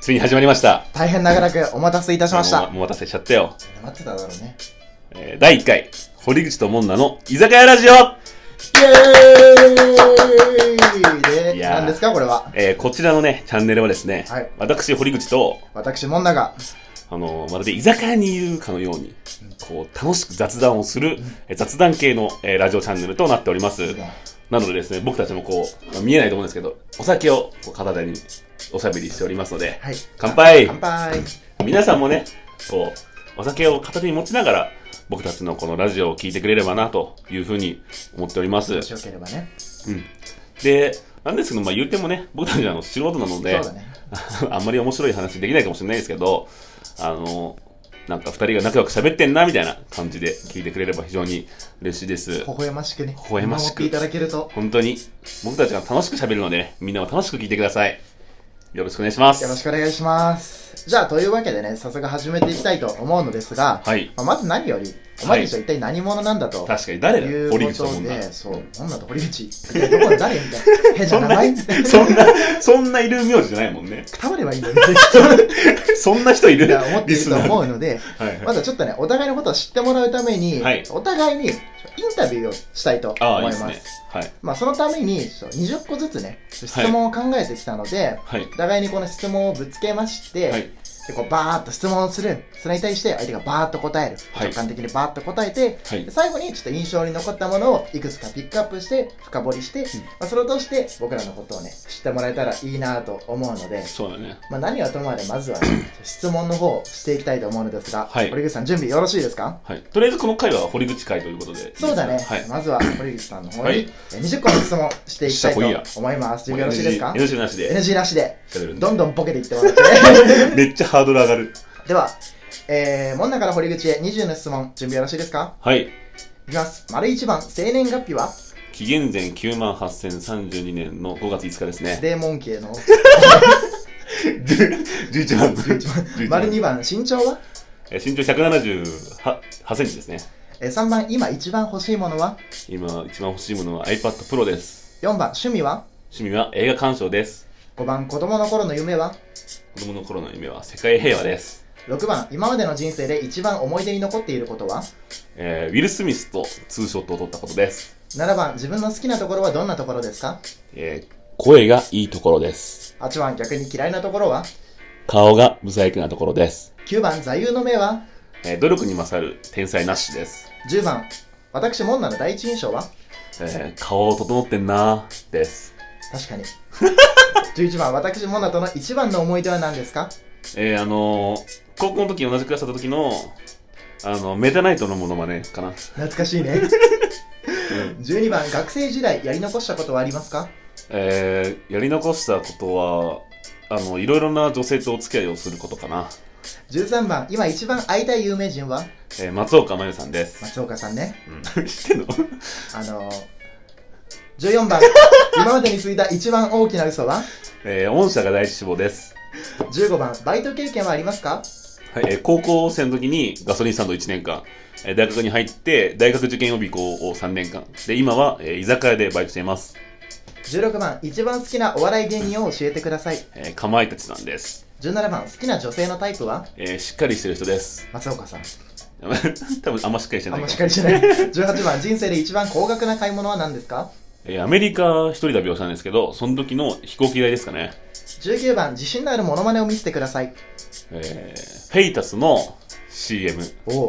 ついに始まりました。 大変長らくお待たせいたしました。 お待たせしちゃったよ。 待ってただろうね。 第1回、堀口と門奈の居酒屋ラジオ。イエーイで、何ですかこれは。 こちらのね、チャンネルはですね、 はい、 私、堀口と、 私、門奈が、 まるで居酒屋にいるかのように、こう、楽しく雑談をする、雑談系の、ラジオチャンネルとなっております。なのでですね、僕たちもこう、見えないと思うんですけど、お酒をこう片手におしゃべりしておりますので、 はい、 乾杯。 乾杯。 皆さんもね、こう、お酒を片手に持ちながら、僕たちのこのラジオを聞いてくれればな、というふうに思っております。 もしよければね。 うん。で、なんですけど、まあ言うてもね、僕たちは素人なので、 そうだね、 あんまり面白い話できないかもしれないですけど、なんか二人が仲良く喋ってんな、みたいな感じで聞いてくれれば非常に嬉しいです。 微笑ましくね。 微笑ましく。 見守っていただけると。 本当に、僕たちが楽しく喋るのでね、みんなも楽しく聞いてください。よろしくお願いします。 よろしくお願いします。じゃあ、というわけでね、早速始めていきたいと思うのですが、 はい。 まず何より、お前たちは一体何者なんだと。 確かに誰だよ、堀口と門奈。そう、門奈と堀口。どこで誰みたいな。変な名前みたいな。 そんないる名字じゃないもんね。 たまればいいんだよ。 そんな人いる思っていると思うので、 はい、 まずはちょっとね、お互いのことを知ってもらうために、はい、お互いにインタビューをしたいと思います。 いいですね。はい。 まあそのために20個ずつね、質問を考えてきたので、はい、お互いにこの質問をぶつけまして、はい、でこうバーッと質問をする。それに対して相手がバーッと答える。直感的にバーッと答えて、はい、最後にちょっと印象に残ったものをいくつかピックアップして深掘りして、まあ、それを通して僕らのことをね知ってもらえたらいいなと思うので、 そうだね。 まあ何はともあれまずは、ね、質問の方をしていきたいと思うのですが、はい、堀口さん準備よろしいですか？ はい。とりあえずこの回は堀口回ということで。 そうだね。はい、まずは堀口さんの方に20個の質問していきたいと思います。準備よろしいですか？ NG なしで。 NG なしで。どんどんボケていってもらって。 めっちゃハードル上がる。 では、門奈から堀口へ20の質問、準備よろしいですか？ はい。 いきます。丸1番、生年月日は？ 紀元前98,032年の5月5日ですね。 デーモン系の。 11番。 丸2番、身長は？ 身長178センチですね。 3番、今一番欲しいものは？ 今一番欲しいものは iPad Pro です。 4番、趣味は？ 趣味は映画鑑賞です。 5番、子供の頃の夢は？ 子供の頃の夢は世界平和です。 6番、今までの人生で一番思い出に残っていることは？ ウィル・スミスとツーショットを撮ったことです。 7番、自分の好きなところはどんなところですか？ 声がいいところです。 8番、逆に嫌いなところは？ 顔が不細工なところです。 9番、座右の銘は？ 努力に勝る天才なしです。 10番、私門奈の第一印象は？ 顔整ってんなーです。 確かに。11番、私門奈との一番の思い出は何ですか？ 高校の時同じクラスだった時のメタナイトのモノマネかな。 懐かしいね。12番、学生時代やり残したことはありますか？ やり残したことはいろいろな女性とお付き合いをすることかな。 13番、今一番会いたい有名人は？ 松岡真優さんです。 松岡さんね。 うん、知ってんの 14番、今までについた一番大きな嘘は？ 御社が第一志望です。 15番、バイト経験はありますか？ はい、高校生の時にガソリンスタンド1年間、大学に入って大学受験予備校を3年間で、今は、居酒屋でバイトしています。 16番、一番好きなお笑い芸人を教えてください。 かまいたちさんです。 17番、好きな女性のタイプは？ しっかりしてる人です。 松岡さん。 多分あんましっかりしてない。 あんましっかりしてない。18番、人生で一番高額な買い物は何ですか？ アメリカ一人旅をしたんですけど、その時の飛行機代ですかね。 19番、自信のあるモノマネを見せてください。 フェイタスの CM。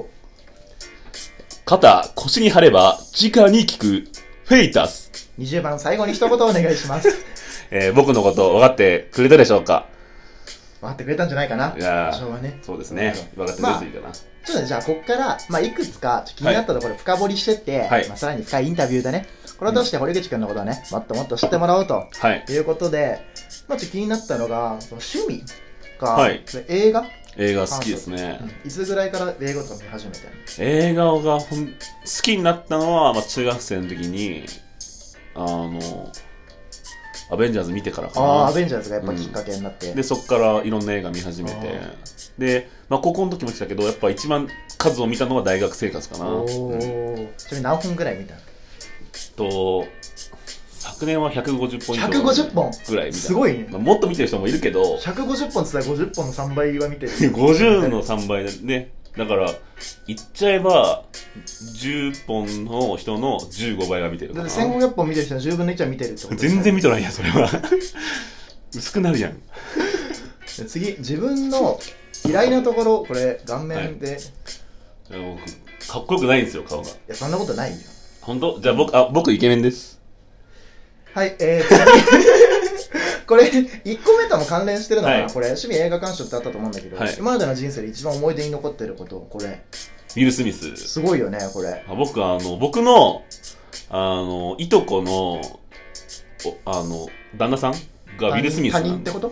肩、腰に貼れば直に効くフェイタス。 20番、最後に一言お願いします。 僕のこと分かってくれたでしょうか？ 分かってくれたんじゃないかな。 いや多少はね。 そうですね。分かってくれていいかな。 ちょっとね、じゃあこっから、いくつか気になったところ深掘りしてって、はい、さらに深いインタビューでね、これを通して堀口くんのことをね、もっともっと知ってもらおうと、いうことで、ちょっと気になったのが、趣味が、はい、映画好きですね。 いつぐらいから映画とか見始めて？ 映画が好きになったのは、中学生の時に、アベンジャーズ見てからかな。 アベンジャーズがやっぱきっかけになって。 で、そっからいろんな映画見始めて。で、高校の時も来たけど、やっぱ一番数を見たのは大学生活かな。 ちなみに何本ぐらい見たの？ 昨昨年は150本以上 150本ぐらい見た。 すごいね。 もっと見てる人もいるけど、 150本って言ったら50本の3倍は見てる。 50の3倍でね。だから、言っちゃえば、10本の人の15倍は見てるかな。 だって1500本見てる人の10分の1は見てるってことですね。 全然見とないやん、それは。薄くなるやん。 次、自分の嫌いなところ、これ、顔面で。 はい、かっこよくないんですよ、顔が。いや、そんなことないよ。 本当？じゃあ僕イケメンです。 はい、次。これ、1個目とも関連してるのかな、はい、これ、趣味映画鑑賞ってあったと思うんだけど、はい、今までの人生で一番思い出に残ってること、これ。 ウィル・スミス。 すごいよね、これ。 僕の、いとこの、旦那さんがウィル・スミスなんで。 他人ってこと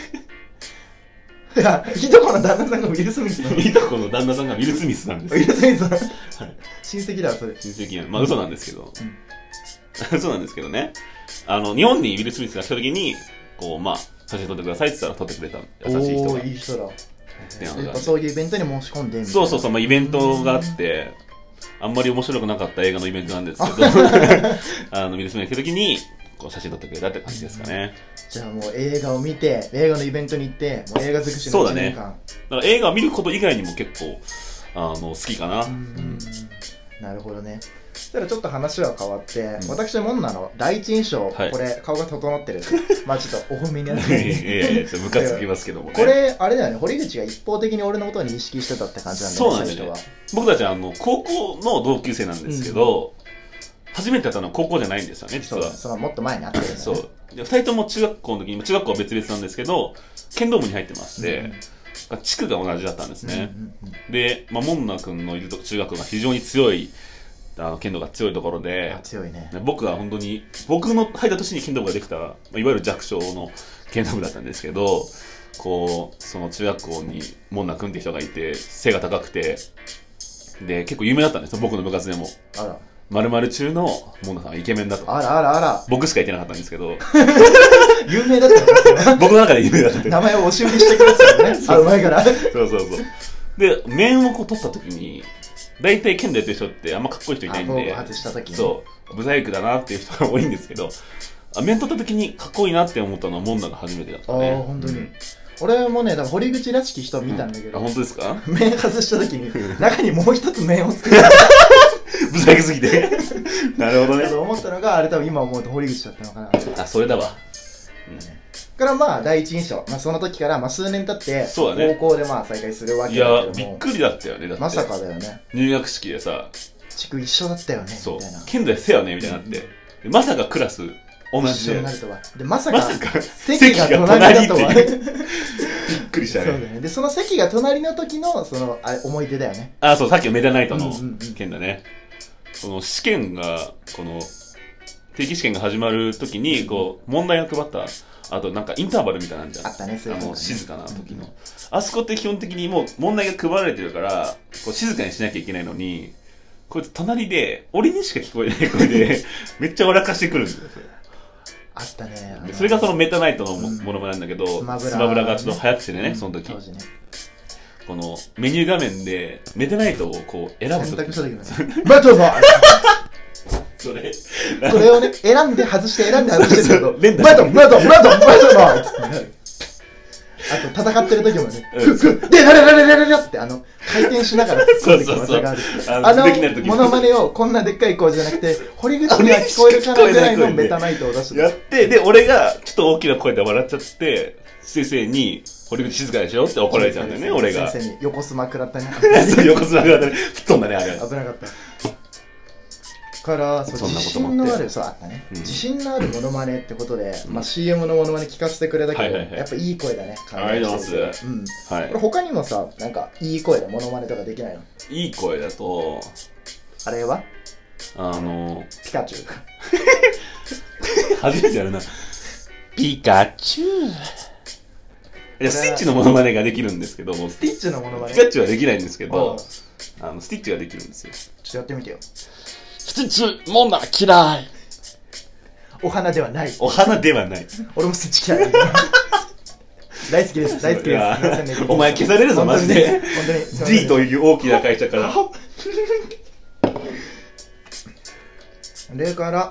いや、いとこの旦那さんがウィル・スミスなの。 いとこの旦那さんがウィル・スミスなんです。 ウィル・スミスはい。親戚だわ、それ。 親戚や。まあ、嘘なんですけど。嘘なんですけどね。日本にウィル・スミスが来た時に、こう、まあ、写真撮ってくださいって言ったら撮ってくれた優しい人が。 おー、いい人だ。やっぱそういうイベントに申し込んでみたいな。 そうそうそう、まあ、イベントがあって、あんまり面白くなかった映画のイベントなんですけど、ウィル・スミスが来た時に、こう写真撮ってくれたって感じですかね。 じゃあもう映画を見て、映画のイベントに行って、もう映画尽くしの1年間。 そうだね。だから映画を見ること以外にも結構、好きかな。 なるほどね。そしたらちょっと話は変わって、私モンナの第一印象、これ顔が整ってる。まあちょっとお褒めになってる。 いやちょっとムカつきますけどもね。 これ、あれだよね、堀口が一方的に俺のことを認識してたって感じなんだよね、 そうなんですよね。僕たちは高校の同級生なんですけど、初めて会ったのは高校じゃないんですよね、実は。 そのもっと前に会ってるんだよね。 そう。二人とも中学校の時に、中学校は別々なんですけど、剣道部に入ってまして、地区が同じだったんですね。で、まあ、モンナ君のいる中学校が非常に強い、剣道が強いところで、 強いね。 僕は本当に、僕の入った年に剣道部ができた、いわゆる弱小の剣道部だったんですけど、こう、その中学校にモンナ君って人がいて、背が高くて、で、結構有名だったんですよ、僕の部活でも。 あら。 〇〇中のモンナさんはイケメンだと。 あらあらあら。 僕しか言ってなかったんですけど。 有名だった僕の中で有名だった。 名前を押し売りしてくれてたよね。うまいから。 そうそうそう。で、面をこう取った時に、大体剣道やってる人ってあんまかっこいい人いないんで。 外した時に。 そう。ブサイクだなっていう人が多いんですけど、面取った時にかっこいいなって思ったのはモンナが初めてだったね。 ああ、本当に。俺もね、堀口らしき人を見たんだけど。 あ、本当ですか？ 面外した時に、中にもう一つ面を作る。 ブサイクすぎて。なるほどね。 思ったのが、あれ多分今思うと堀口だったのかな。 あ、それだわ。 からまあ、第一印象。まあ、その時から、まあ、数年経って、 そうだね。 高校でまあ、再会するわけだけども。 いや、びっくりだったよね。だってまさかだよね。 入学式でさ、 地区一緒だったよね。 そう。 みたいな。 剣道やってたよねみたいになって。まさかクラス同じで。一緒になるとは。で、まさか、 席が隣だとは。びっくりしたね。 そうだね。で、その席が隣の時の、あれ、思い出だよね。 あ、そう、さっきのメタナイトの剣だね。この試験が、定期試験が始まる時に、こう、問題を配った、あとなんかインターバルみたいなんじゃん。 あったね、そういうの。 静かな時の。あそこって基本的にもう問題が配られてるから、こう静かにしなきゃいけないのに、こいつ隣で、俺にしか聞こえない声で、めっちゃ笑かしてくるんですよ。 あったね。 それがそのメタナイトのものまねなんだけど、スマブラがちょっと流行っててね、その時。このメニュー画面でメタナイトをこう選ぶとき。選択した時に。 バトバそれ。 これをね、選んで外してバトバトあと、戦ってる時もね、で、って回転しながら突っ込んでくる技がある。モノマネをこんなでっかい声じゃなくて、堀口には聞こえるかなぐらいのメタナイトを出してやって、で、俺がちょっと大きな声で笑っちゃって、先生に、堀口静かでしょって怒られちゃうんだよね、俺が。 先生に横スマ食らったね。 横スマ食らったね。吹っ飛んだね、あれ。 危なかった。から、自信のある、そうあったね。自信のあるモノマネってことで、まあ CM のモノマネ聞かせてくれたけど、やっぱいい声だね。 ありがとうございます。 これ他にもさ、なんかいい声でモノマネとかできないの？ いい声だと、 あれはピカチュウ。 初めてやるな。ピカチュウ。いや、スティッチのモノマネができるんですけども、 スティッチのモノマネピカチュウはできないんですけど、スティッチができるんですよ。 ちょっとやってみてよ。 スティッチ、モンナ嫌い。 お花ではない。 お花ではない。 俺もスティッチ嫌い。大好きです、大好きです。 お前消されるぞ、マジで。 本当に。 G という大きな会社から。 それから、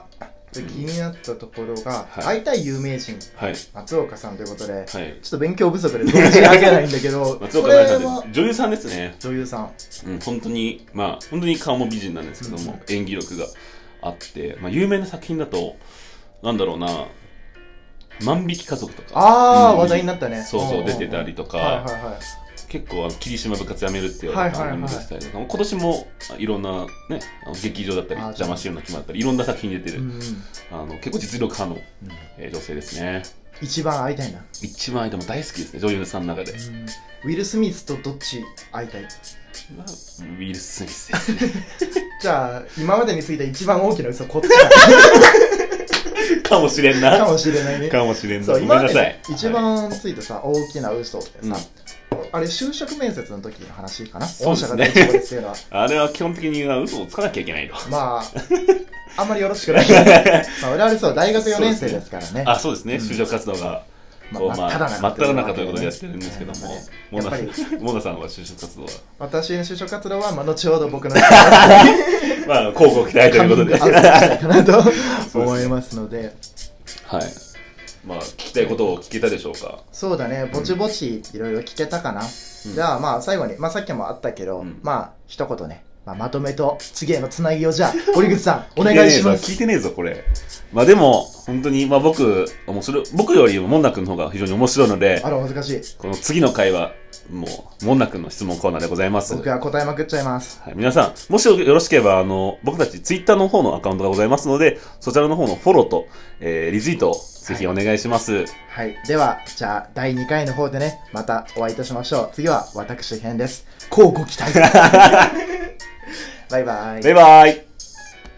気になったところが、会いたい有名人、松岡さんということで、ちょっと勉強不足で存じ上げないんだけど、 松岡さん女優さんですね。 女優さん。 本当に、本当に顔も美人なんですけども、演技力があって、有名な作品だと、なんだろうな、万引き家族とか。 話題になったね。 そう出てたりとか、結構霧島部活やめるって言われた番組でしたりとか、今年もいろんなね、劇場だったり、邪魔しようの決まったり、いろんな作品に出てる、結構実力派の女性ですね。 一番会いたいな。 一番会いたい、も大好きですね、女優さんの中で。 ウィル・スミスとどっち会いたい？ ウィル・スミスですね。 じゃあ、今までについた一番大きな嘘、こっちだ。かもしれんな。 かもしれないね。 かもしれんな。 ごめんなさい。一番ついたさ、大きな嘘ってさ、あれ就職面接の時の話かな。 そうですね。あれは基本的に嘘をつかなきゃいけないと。 あんまりよろしくない。我々そう大学4年生ですからね。 そうですね。就職活動が真っ只中ということでやってるんですけども、モナさんは就職活動は？ 私の就職活動は後ほど僕の交互期待ということでかなと思いますので。 はい。聞きたいことを聞けたでしょうか。 そうだね、ぼちぼちいろいろ聞けたかな。じゃあ最後に、さっきもあったけど、一言ね、まとめと次へのつなぎをじゃあ、堀口さん、お願いします。 聞いてねえぞ、これ。でも、本当に、僕よりもモンナ君の方が非常に面白いので、 あら、恥ずかしい。 この次の回は、もう、モンナ君の質問コーナーでございます。 僕は答えまくっちゃいます。 皆さん、もしよろしければ、僕たちツイッターの方のアカウントがございますので、そちらの方のフォローと、リツイートをぜひお願いします。 はい。では、じゃあ、第2回の方でね、またお会いいたしましょう。次は私編です。乞うご期待。バイバイ。 バイバイ。